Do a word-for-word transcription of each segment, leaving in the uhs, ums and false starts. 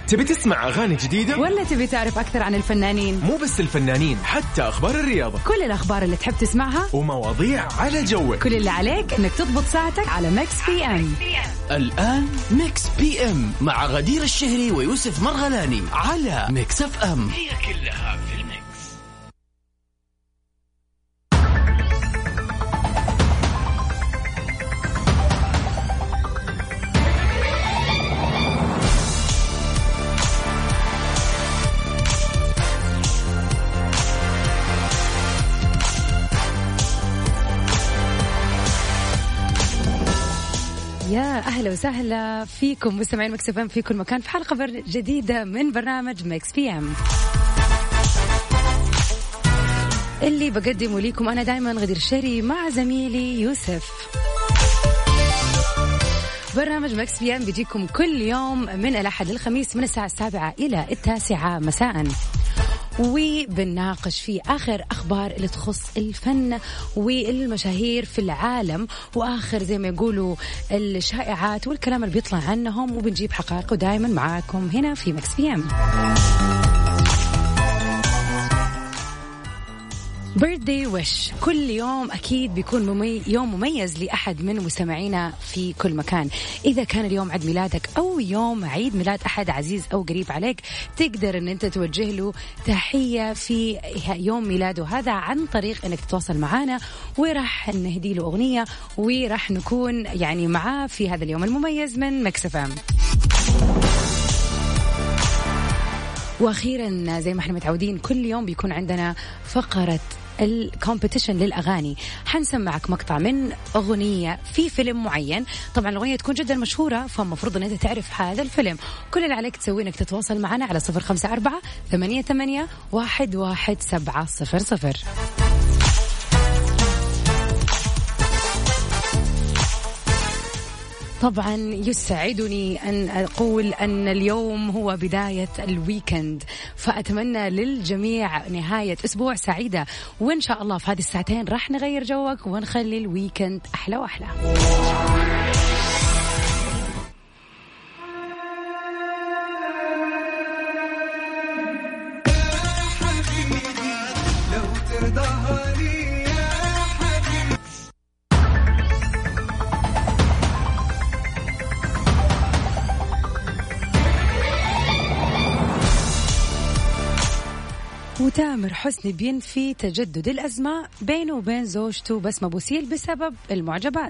تبي تسمع أغاني جديدة ولا تبي تعرف أكثر عن الفنانين؟ مو بس الفنانين، حتى أخبار الرياضة، كل الأخبار اللي تحب تسمعها ومواضيع على جوك. كل اللي عليك إنك تضبط ساعتك على ميكس بي ام. الآن ميكس بي ام مع غدير الشهري ويوسف مرغلاني على ميكس اف ام. هي كلها في الميكس. يا أهلا وسهلا فيكم مستمعين ميكس اف ام في كل مكان في حلقة جديدة من برنامج ميكس بي ام اللي بقدمه لكم أنا دائما غدير الشهري مع زميلي يوسف. برنامج ميكس بي ام بيجيكم كل يوم من الأحد للخميس من الساعة السابعة إلى التاسعة مساءً، وبنناقش في آخر أخبار اللي تخص الفن والمشاهير في العالم، وآخر زي ما يقولوا الشائعات والكلام اللي بيطلع عنهم، وبنجيب حقائق دائما معاكم هنا في ميكس بي ام. بيرثدي ويش كل يوم أكيد بيكون ممي... يوم مميز لأحد من مستمعينا في كل مكان. إذا كان اليوم عيد ميلادك أو يوم عيد ميلاد أحد عزيز أو قريب عليك، تقدر أن أنت توجه له تحية في يوم ميلاده هذا عن طريق أنك تتواصل معنا، وراح نهدي له أغنية، وراح نكون يعني معاه في هذا اليوم المميز من ميكس اف ام. وأخيرا زي ما احنا متعودين كل يوم بيكون عندنا فقرة الكومبيتيشن للأغاني. حنسمعك مقطع من أغنية في فيلم معين، طبعا الأغنية تكون جدا مشهورة، فمفروض أن أنت تعرف هذا الفيلم. كل اللي عليك تسوي أنك تتواصل معنا على صفر خمسة أربعة ثمانية ثمانية واحد واحد سبعة صفر صفر. طبعا يسعدني أن أقول أن اليوم هو بداية الويكند، فأتمنى للجميع نهاية أسبوع سعيدة، وإن شاء الله في هذه الساعتين راح نغير جوك ونخلي الويكند أحلى وأحلى. وتامر حسني بينفي تجدد الأزمة بينه وبين زوجته بسمة بوسيل بسبب المعجبات.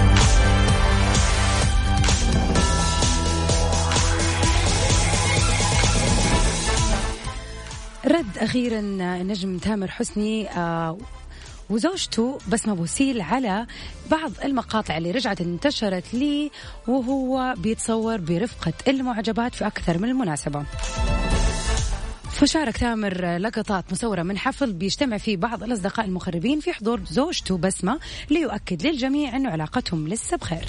رد أخيرا نجم تامر حسني آه وزوجته بسمة بوسيل على بعض المقاطع اللي رجعت انتشرت لي وهو بيتصور برفقة المعجبات في أكثر من المناسبة. فشارك تامر لقطات مصورة من حفل بيجتمع فيه بعض الأصدقاء المقربين في حضور زوجته بسمة ليؤكد للجميع أنه علاقتهم لسه بخير.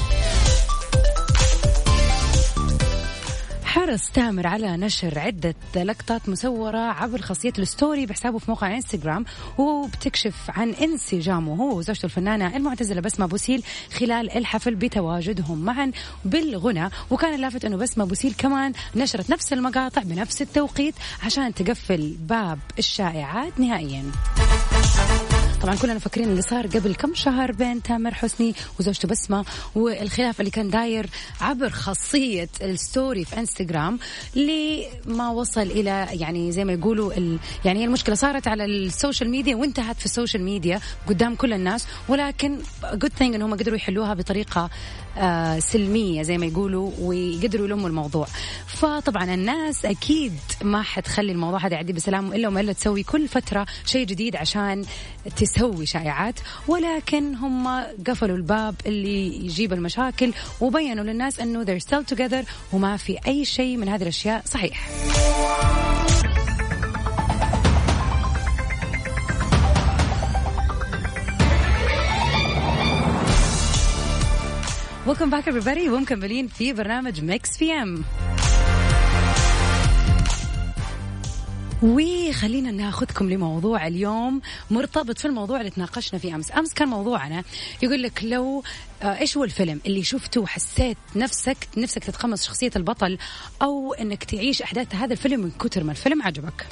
حرص تامر على نشر عدة لقطات مصورة عبر خاصية الستوري بحسابه في موقع انستغرام، وبتكشف عن انسجامه هو وزوجته الفنانة المعتزلة بسمة بوسيل خلال الحفل بتواجدهم معا بالغنى. وكان اللافت أنه بسمة بوسيل كمان نشرت نفس المقاطع بنفس التوقيت عشان تقفل باب الشائعات نهائيا. طبعا كلنا فاكرين اللي صار قبل كم شهر بين تامر حسني وزوجته بسمة، والخلاف اللي كان داير عبر خاصية الستوري في انستغرام لما وصل إلى يعني زي ما يقولوا ال... يعني المشكلة صارت على السوشيال ميديا وانتهت في السوشيال ميديا قدام كل الناس، ولكن good thing إنهم قدروا يحلوها بطريقة آه سلمية زي ما يقولوا ويقدروا يلموا الموضوع. فطبعا الناس أكيد ما حتخلي الموضوع هذا يعدي بسلام إلا وما إلا تسوي كل فترة شيء جديد عشان تسوي شائعات، ولكن هم قفلوا الباب اللي يجيب المشاكل وبينوا للناس أنه they're still together وما في أي شيء من هذه الأشياء صحيح. Welcome back everybody ومكملين في برنامج ميكس بي ام. وخلينا ناخذكم لموضوع اليوم مرتبط في الموضوع اللي تناقشنا فيه أمس. أمس كان موضوعنا يقول لك لو إيش هو الفيلم اللي شفته وحسيت نفسك نفسك تتقمص شخصية البطل أو إنك تعيش أحداث هذا الفيلم من كتر ما الفيلم عجبك.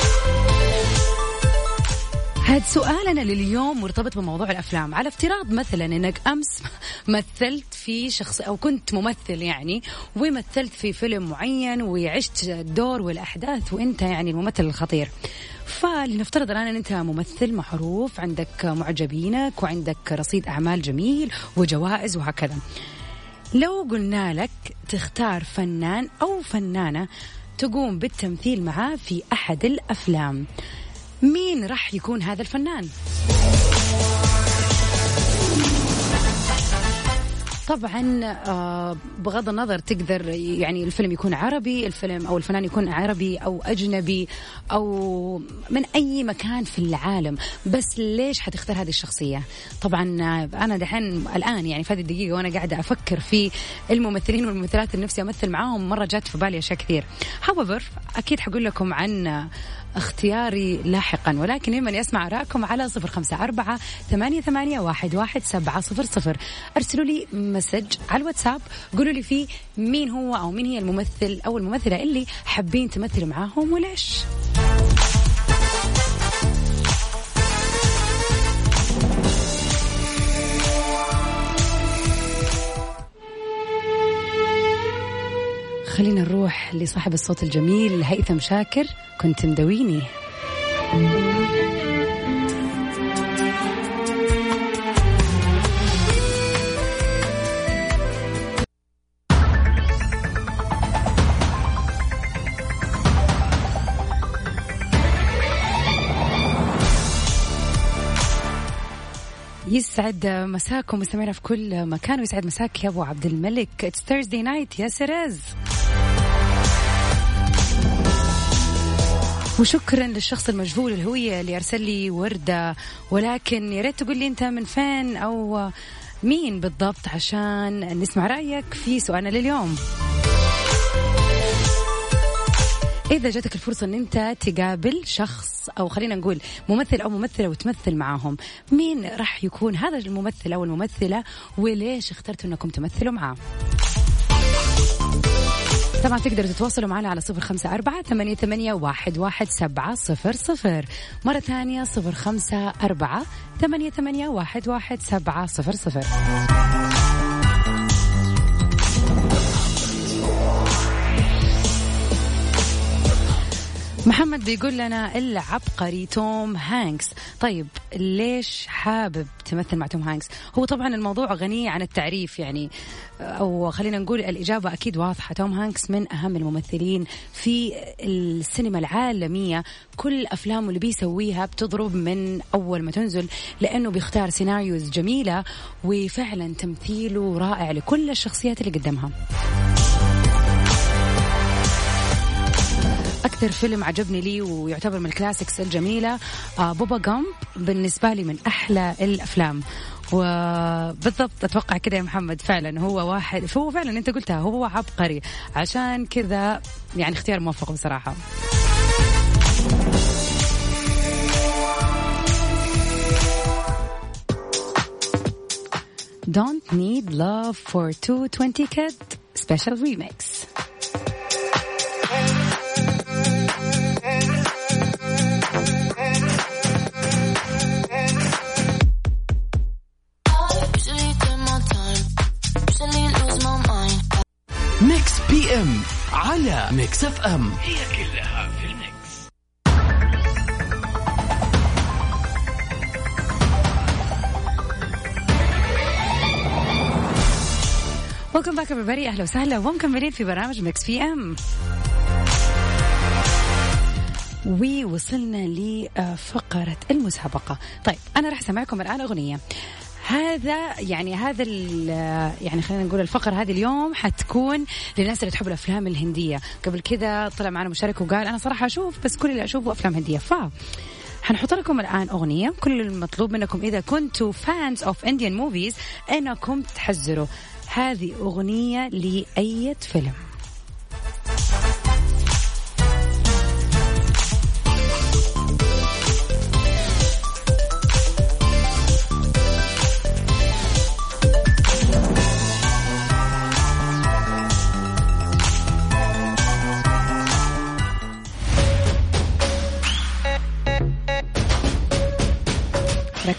هذا سؤالنا لليوم مرتبط بموضوع الأفلام. على افتراض مثلا أنك أمس مثلت في شخص أو كنت ممثل يعني ومثلت في فيلم معين وعشت الدور والأحداث وإنت يعني الممثل الخطير. فلنفترض الآن أن أنت ممثل معروف، عندك معجبينك وعندك رصيد أعمال جميل وجوائز وهكذا. لو قلنا لك تختار فنان أو فنانة تقوم بالتمثيل معاه في أحد الأفلام، مين راح يكون هذا الفنان؟ طبعا آه بغض النظر تقدر يعني الفيلم يكون عربي، الفيلم أو الفنان يكون عربي أو أجنبي أو من أي مكان في العالم، بس ليش حتختار هذه الشخصية؟ طبعا أنا دحين الآن يعني في هذه الدقيقة وأنا قاعدة أفكر في الممثلين والممثلات اللي نفسي أمثل معاهم، مرة جات في بالي أشياء كثير. however أكيد حقول لكم عن اختياري لاحقا، ولكن يمن يسمع آراءكم على صفر خمسة أربعة ثمانية ثمانية واحد واحد سبعة صفر صفر. أرسلوا لي مسج على الواتساب قولوا لي فيه مين هو أو مين هي الممثل أو الممثلة اللي حابين تمثلوا معاهم وليش. خلينا نروح لصاحب الصوت الجميل هيثم شاكر، كنت مدويني. يسعد مساكم مستمعينا في كل مكان، ويسعد مساك يا أبو عبد الملك. It's Thursday night يا سراز. وشكرا للشخص المجهول الهوية اللي أرسل لي وردة، ولكن يا ريت تقول لي أنت من فين أو مين بالضبط عشان نسمع رأيك في سؤالنا لليوم. إذا جاتك الفرصة أن أنت تقابل شخص أو خلينا نقول ممثل أو ممثلة وتمثل معاهم، مين راح يكون هذا الممثل أو الممثلة وليش اخترتوا أنكم تمثلوا معاه؟ طبعا تقدروا تتواصلوا معنا على صفر خمسة أربعة ثمانية ثمانية واحد واحد سبعة صفر صفر. مرة ثانية صفر خمسة أربعة ثمانية ثمانية واحد واحد سبعة صفر صفر. محمد بيقول لنا العبقري توم هانكس. طيب ليش حابب تمثل مع توم هانكس؟ هو طبعا الموضوع غني عن التعريف يعني، أو خلينا نقول الإجابة أكيد واضحة. توم هانكس من أهم الممثلين في السينما العالمية، كل أفلامه اللي بيسويها بتضرب من أول ما تنزل، لأنه بيختار سيناريوز جميلة وفعلا تمثيله رائع لكل الشخصيات اللي قدمها. أكثر فيلم عجبني لي ويعتبر من الكلاسيكس الجميلة بوبا جامب، بالنسبة لي من أحلى الأفلام. وبالضبط أتوقع كده يا محمد، فعلا هو واحد، فهو فعلا أنت قلتها هو عبقري، عشان كذا يعني اختيار موفق بصراحة. Don't need love for two twenty kid special remix. ميكس بي ام على ميكس اف ام، هي كلها في الميكس. Welcome back everybody، أهلا وسهلا ومكملين في برنامج ميكس بي ام. ووصلنا لفقرة المسابقة. طيب أنا راح أسمعكم الآن أغنية. هذا يعني هذا يعني خلينا نقول الفقرة هذه اليوم حتكون للناس اللي تحب الأفلام الهندية. قبل كذا طلع معنا مشارك وقال أنا صراحة أشوف بس كل اللي أشوفه أفلام هندية. ف حنحط لكم الآن أغنية، كل المطلوب منكم إذا كنتوا fans of Indian movies أنكم تحزروا هذه أغنية لأي فيلم.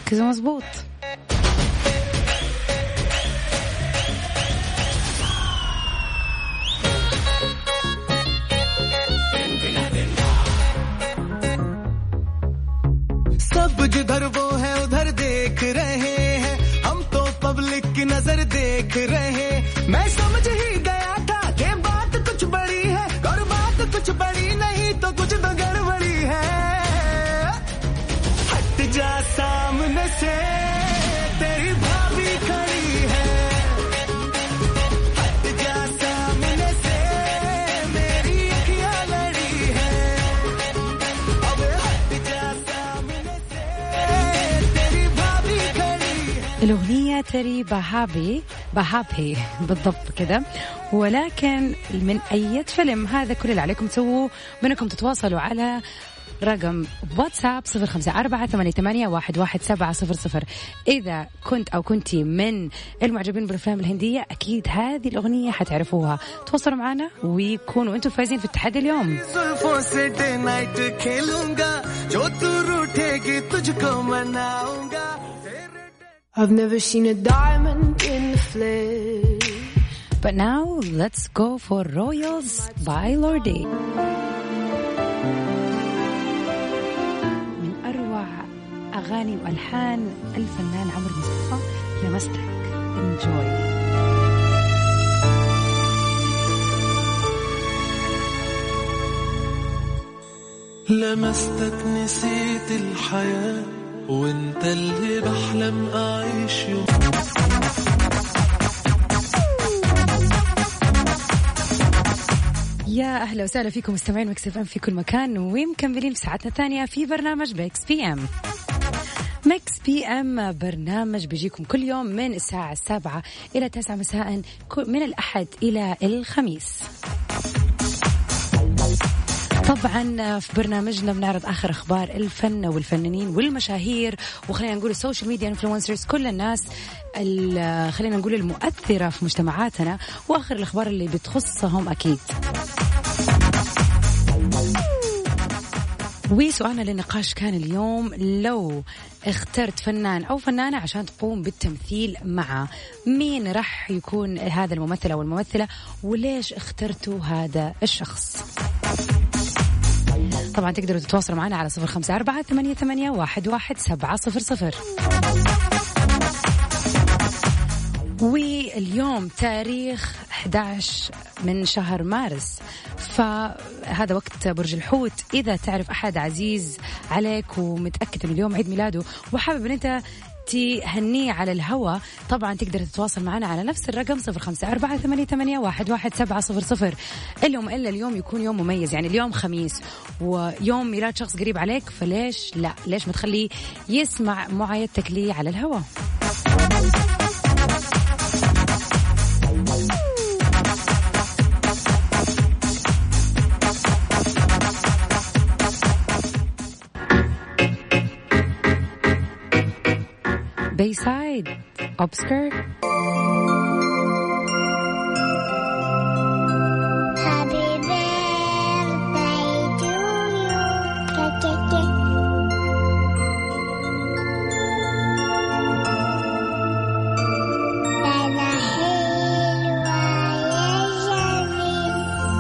كذا مزبوط. सब जिधर वो है उधर देख रहे हैं, हम तो पब्लिक की नजर देख रहे, मैं समझ ही गया था कि बात कुछ बड़ी है, और बात कुछ बड़ी नहीं तो कुछ तो गड़बड़ी है। हट जा सामने से तेरी भाभी खड़ी है, हट जा सामने से मेरी अखियां लड़ी है, अब हट जा सामने से तेरी भाभी खड़ी है। الأغنية تري بهابي بهابي بالضبط كذا، ولكن من أي فيلم؟ هذا كل اللي عليكم تسووه بأنكم تتواصلوا على رقم واتساب صفر خمسة أربعة ثمانية ثمانية واحد واحد سبعة صفر صفر. إذا كنت أو كنتي من المعجبين بالأفلام الهندية أكيد هذه الأغنية حتعرفوها. تواصلوا معنا ويكونوا أنتم فايزين في التحدي اليوم. I've never seen a diamond in the flesh. But now let's go for Royals by Lordi. من أروع أغاني وألحان الفنان عمرو مصطفى، لمستك. Enjoy. لمستك نسيت الحياة وانت اللي بحلم أعيش يوم. يا أهلا وسهلا فيكم مستمعين ميكس اف ام في كل مكان، ومكملين في ساعتنا الثانية في برنامج ميكس بي ام. ميكس بي ام برنامج بيجيكم كل يوم من الساعة السابعة إلى تسعة مساء، من الأحد إلى الخميس. طبعا في برنامجنا بنعرض آخر أخبار الفن والفنانين والمشاهير، وخلينا نقول السوشيال ميديا انفلونسرز، كل الناس خلينا نقول المؤثرة في مجتمعاتنا، وآخر الأخبار اللي بتخصهم أكيد. وسؤالنا للنقاش كان اليوم: لو اخترت فنان أو فنانة عشان تقوم بالتمثيل معه، مين رح يكون هذا الممثل أو الممثلة، وليش اخترتوا هذا الشخص؟ طبعا تقدروا تتواصلوا معنا على صفر خمسة أربعة ثمانية ثمانية واحد واحد سبعة صفر صفر. واليوم تاريخ أحد عشر من شهر مارس، فهذا وقت برج الحوت. إذا تعرف أحد عزيز عليك ومتأكد أن اليوم عيد ميلاده وحابب أن أنت تهنيه على الهواء، طبعا تقدر تتواصل معنا على نفس الرقم صفر خمسة أربعة ثمانية ثمانية واحد واحد سبعة صفر صفر. اليوم إلا اليوم يكون يوم مميز، يعني اليوم خميس ويوم ميلاد شخص قريب عليك، فليش لا، ليش ما تخليه يسمع معايدتك لي على الهواء؟ Bayside, Obsker. Happy birthday to you. Lala حلوة يا جميل.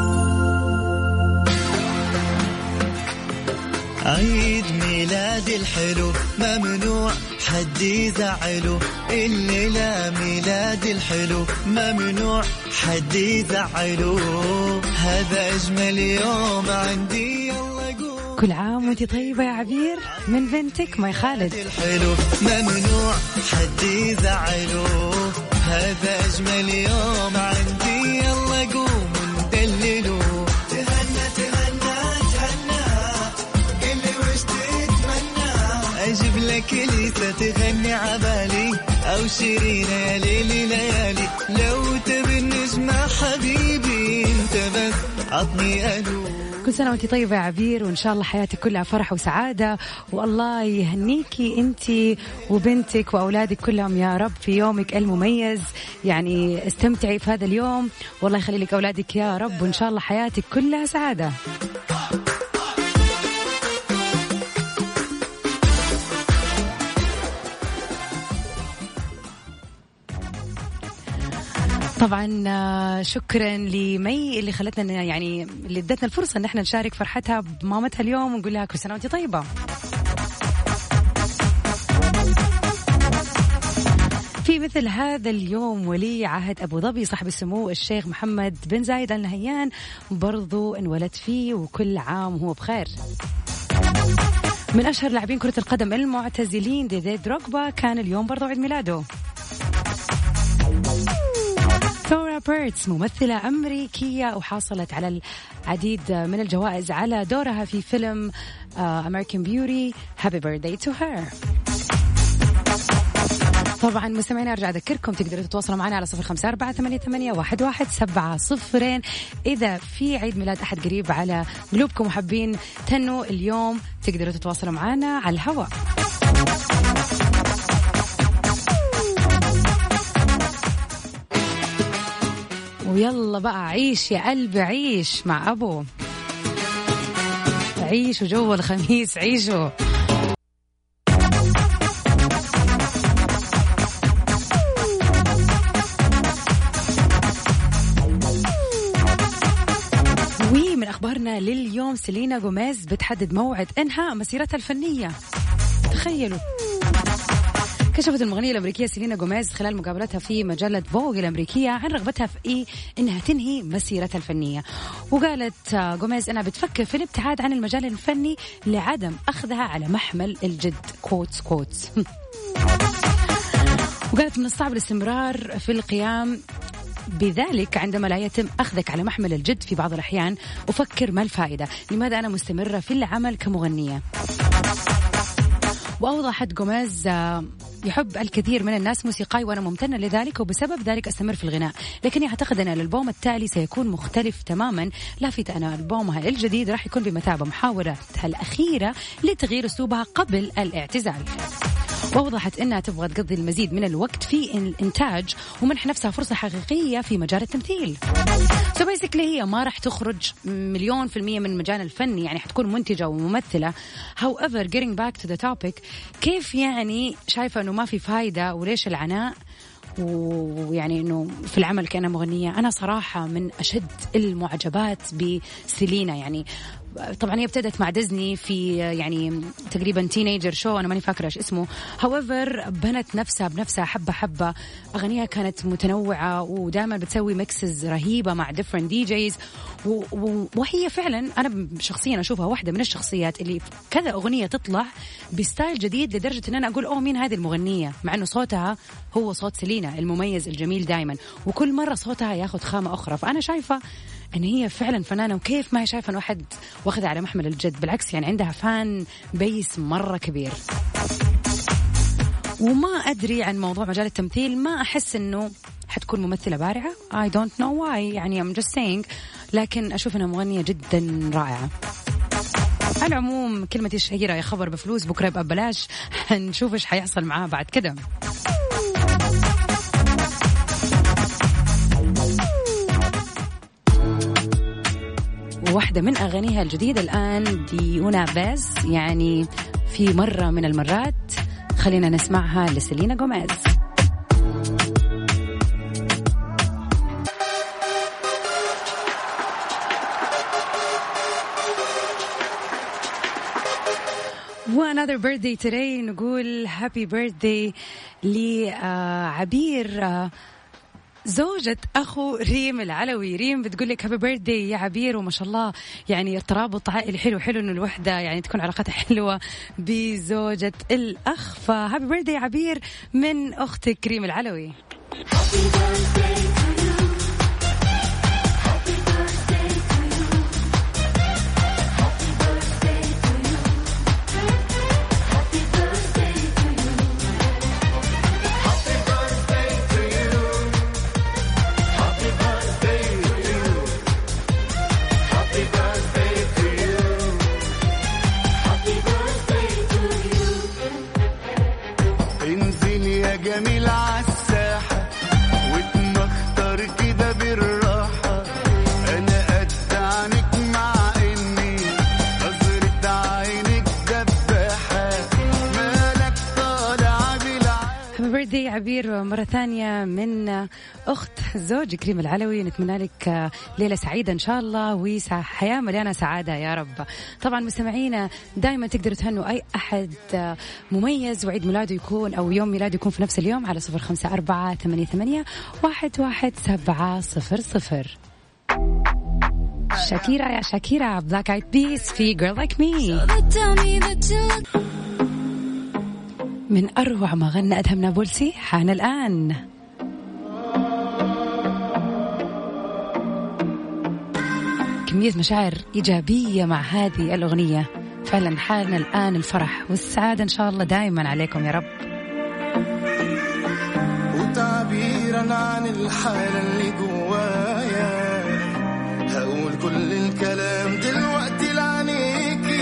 عيد ميلاد الحلو ممنوع حد يزعله، الليلة ميلاد الحلو ممنوع حد يزعله، هذا أجمل يوم عندي يلا قول. كل عام وانتي طيبة يا عبير من بنتك ماي خالد. الحلو ممنوع حد يزعله، هذا أجمل يوم عندي يلا قوم ندلله. تهنى تهنى تهنى قلي وش تتمنى، أجيب لك ليسة تغني عبالي أو شيرين يا ليلي ليالي، لو تبي النجمة حبيبي انت بس عطني ألو. كل سنة وانتي طيبة يا عبير، وإن شاء الله حياتك كلها فرح وسعادة، والله يهنيكي انتي وبنتك وأولادك كلهم يا رب في يومك المميز. يعني استمتعي في هذا اليوم، والله يخلي لك أولادك يا رب، وإن شاء الله حياتك كلها سعادة. طبعا شكرا لمي اللي خلتنا يعني اللي ادتنا الفرصة ان احنا نشارك فرحتها بمامتها اليوم ونقول لها كل سنة وانت طيبة. في مثل هذا اليوم ولي عهد أبو ظبي صاحب السمو الشيخ محمد بن زايد آل نهيان برضو انولد فيه، وكل عام وهو بخير. من أشهر لاعبين كرة القدم المعتزلين ديدي دروغبا كان اليوم برضو عيد ميلاده. ثورا بيرتس ممثلة أمريكية وحصلت على العديد من الجوائز على دورها في فيلم American Beauty. Happy birthday to her. طبعا مستمعينا أرجع أذكركم تقدروا تتواصلوا معنا على صفر خمسة أربعة ثمانية ثمانية واحد واحد سبعة صفرين إذا في عيد ميلاد أحد قريب على قلوبكم وحابين تنوا اليوم تقدروا تتواصلوا معنا على الهواء. ويلا بقى عيش يا قلبي عيش مع أبو عيشوا جو الخميس عيشوا. ومن أخبارنا لليوم سيلينا غوميز بتحدد موعد إنهاء مسيرتها الفنية. تخيلوا كشفت المغنية الأمريكية سيلينا غوميز خلال مقابلتها في مجلة فوغ الأمريكية عن رغبتها في إيه إنها تنهي مسيرتها الفنية. وقالت غوميز أنها بتفكر في الابتعاد عن المجال الفني لعدم أخذها على محمل الجد كوتس كوتس. وقالت من الصعب الاستمرار في القيام بذلك عندما لا يتم أخذك على محمل الجد في بعض الأحيان. أفكر ما الفائدة، لماذا أنا مستمرة في العمل كمغنية. وأوضحت غوميز يحب الكثير من الناس موسيقاي وأنا ممتنة لذلك وبسبب ذلك أستمر في الغناء، لكني أعتقد أن الألبوم التالي سيكون مختلف تماما. لافتة أن ألبومها الجديد راح يكون بمثابة محاولتها الأخيرة لتغيير أسلوبها قبل الاعتزال. ووضحت أنها تبغى تقضي المزيد من الوقت في الإنتاج ومنح نفسها فرصة حقيقية في مجال التمثيل. so basically هي ما راح تخرج مليون في المية من المجال الفني، يعني حتكون منتجة وممثلة. however getting back to the topic، كيف يعني شايفة أنه ما في فايدة وليش العناء ويعني أنه في العمل كأنها مغنية؟ أنا صراحة من أشد المعجبات بسيلينا. يعني طبعا هي ابتدت مع ديزني في يعني تقريبا تينيجر شو، أنا ماني فاكرة إيش اسمه. however بنت نفسها بنفسها حبة حبة، أغنيها كانت متنوعة ودائما بتسوي ميكسز رهيبة مع different دي جيز، وهي فعلا أنا شخصيا أشوفها واحدة من الشخصيات اللي كذا أغنية تطلع بستايل جديد لدرجة أن أنا أقول أوه مين هذه المغنية، مع أنه صوتها هو صوت سيلينا المميز الجميل دائما، وكل مرة صوتها ياخد خامة أخرى. فأنا شايفة أن هي فعلا فنانة، وكيف ما هي شايفة أن واحد واخدها على محمل الجد، بالعكس يعني عندها فان بيس مرة كبير. وما أدري عن موضوع مجال التمثيل، ما أحس أنه حتكون ممثلة بارعة. I don't know why، يعني I'm just saying، لكن أشوف أنها مغنية جدا رائعة. على العموم كلمتي الشهيرة يا خبر بفلوس بكرة يبقى ببلاش، هنشوف إيش حيحصل معاها بعد كده. واحدة من أغانيها الجديدة الآن دي أونا بيز، يعني في مرة من المرات خلينا نسمعها لسيلينا غوميز. وanother birthday today، نقول happy birthday لعبير زوجة أخو ريم العلوي. ريم بتقول لك هابي بيرثدي يا عبير، وما شاء الله يعني ارتباط عائلي حلو. حلو إنه الوحدة يعني تكون علاقتها حلوة بزوجة الأخ، فهابي بيرثدي يا عبير من أختك ريم العلوي. جميل عالساحة واتمختار كده بالراحة، أنا قد عنك مع إني نظرة عينك دباحة، مالك طالع بالعالم. Happy Thursday عبير مرة ثانية من أخت زوج كريم العلوي. نتمنى لك ليلة سعيدة إن شاء الله وحياة مليانة سعادة يا رب. طبعا مستمعينا دائما تقدروا تهنوا أي أحد مميز وعيد ميلاده يكون أو يوم ميلاده يكون في نفس اليوم على صفر خمسة أربعة ثمانية ثمانية واحد واحد سبعة صفر صفر. شاكيرا يا شاكيرا بلاك آيد بيس في Girl Like Me من أروع ما غنى أدهم نابلسي. حان الآن كمية مشاعر إيجابية مع هذه الأغنية. فعلا حان الآن الفرح والسعادة إن شاء الله دائما عليكم يا رب. وتعبيرا عن الحالة اللي جوايا هقول كل الكلام دلوقتي لعنيكي.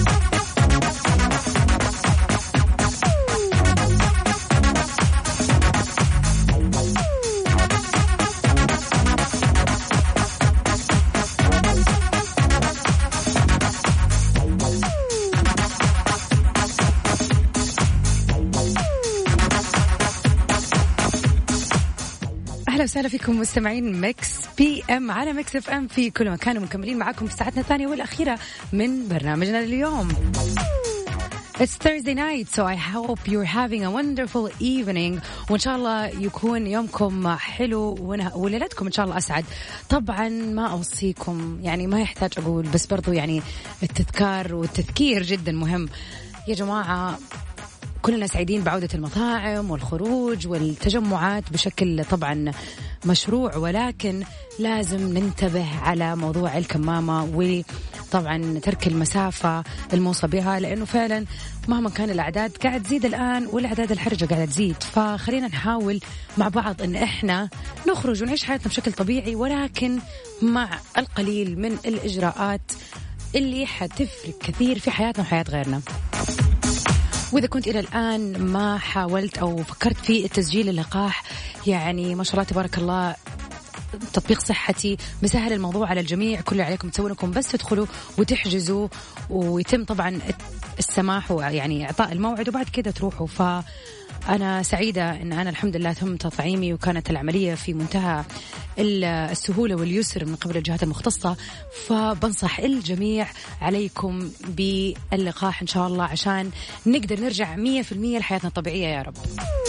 أهلا وسهلا فيكم مستمعين ميكس بي ام على ميكس اف ام في كل مكان ومكملين معكم في ساعتنا الثانية والأخيرة من برنامجنا اليوم. It's Thursday night, so I hope you're having a wonderful evening وإن شاء الله يكون يومكم حلو وليلتكم إن شاء الله أسعد. طبعا ما أوصيكم يعني ما يحتاج أقول بس برضو يعني التذكار والتذكير جدا مهم يا جماعة. كلنا سعيدين بعودة المطاعم والخروج والتجمعات بشكل طبعا مشروع ولكن لازم ننتبه على موضوع الكمامة وطبعا ترك المسافة الموصى بها لأنه فعلا مهما كان الأعداد قاعد تزيد الآن والأعداد الحرجة قاعدة تزيد. فخلينا نحاول مع بعض أن إحنا نخرج ونعيش حياتنا بشكل طبيعي ولكن مع القليل من الإجراءات اللي حتفرق كثير في حياتنا وحياة غيرنا. وإذا كنت إلى الآن ما حاولت أو فكرت في التسجيل اللقاح يعني ما شاء الله تبارك الله تطبيق صحتي مسهل الموضوع على الجميع. كل اللي عليكم تسوونكم بس تدخلوا وتحجزوا ويتم طبعا السماح يعني إعطاء الموعد وبعد كده تروحوا. فأنا سعيدة أن أنا الحمد لله تم تطعيمي وكانت العملية في منتهى السهولة واليسر من قبل الجهات المختصة. فبنصح الجميع عليكم باللقاح إن شاء الله عشان نقدر نرجع مية في المية لحياتنا الطبيعية يا رب.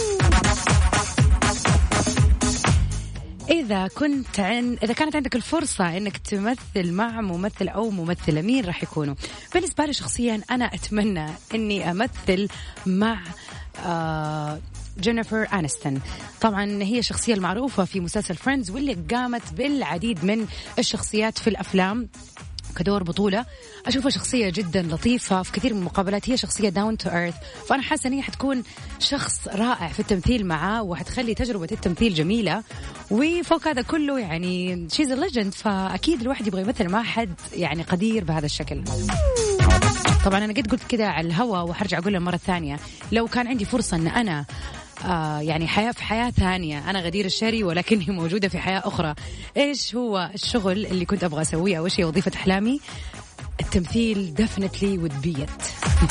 إذا كنت عن... إذا كانت عندك الفرصة إنك تمثل مع ممثل أو ممثلة مين راح يكونوا؟ بالنسبة لي شخصيا أنا أتمنى إني أمثل مع آه جينيفر أنستون. طبعا هي الشخصية المعروفة في مسلسل فريندز واللي قامت بالعديد من الشخصيات في الأفلام كدور بطولة. أشوفها شخصية جدا لطيفة في كثير من المقابلات. هي شخصية داون تو إيرث فأنا حاسة أن هي حتكون شخص رائع في التمثيل معاه وحتخلي تجربة التمثيل جميلة. وفوق هذا كله يعني شيز ليجند فأكيد الواحد يبغى يمثل مع حد يعني قدير بهذا الشكل. طبعا أنا قد قلت كده على الهوا وحرجع أقولها مرة ثانية لو كان عندي فرصة أن أنا آه يعني حياة في حياة ثانية أنا غدير الشهري ولكني موجودة في حياة أخرى إيش هو الشغل اللي كنت أبغى أسويه أو إيش هي وظيفة أحلامي؟ التمثيل definitely would be it.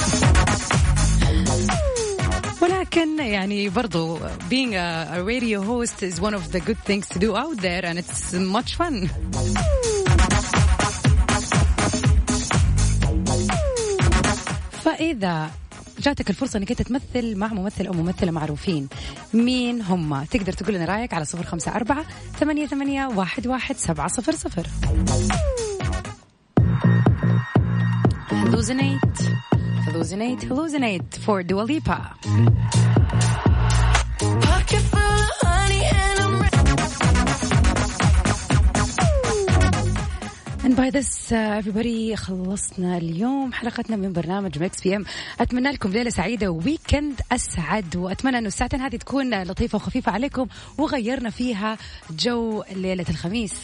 ولكن يعني برضو being a, a radio host is one of the good things to do out there and it's much fun. فإذا جاتك الفرصة أنك تتمثل مع ممثل أو ممثلة معروفين مين هم؟ تقدر تقول لنا رأيك على صفر خمسة أربعة ثمانية ثمانية واحد واحد سبعة صفر صفر. Hallucinate, hallucinate, hallucinate for Dua Lipa. And by this uh, everybody خلصنا اليوم حلقتنا من برنامج ميكس بي ام. أتمنى لكم ليلة سعيدة وويكند أسعد وأتمنى أنه الساعتين هذه تكون لطيفة وخفيفة عليكم وغيرنا فيها جو ليلة الخميس.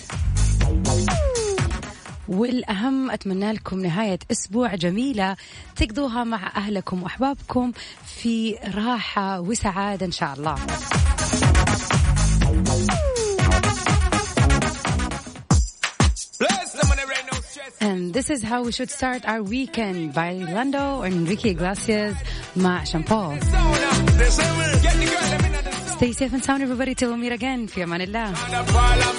والأهم أتمنى لكم نهاية أسبوع جميلة تقضوها مع أهلكم وأحبابكم في راحة وسعادة إن شاء الله. And this is how we should start our weekend by Lando and Enrique Iglesias مع شامبول. Stay safe and sound everybody till we meet again. في أمان الله.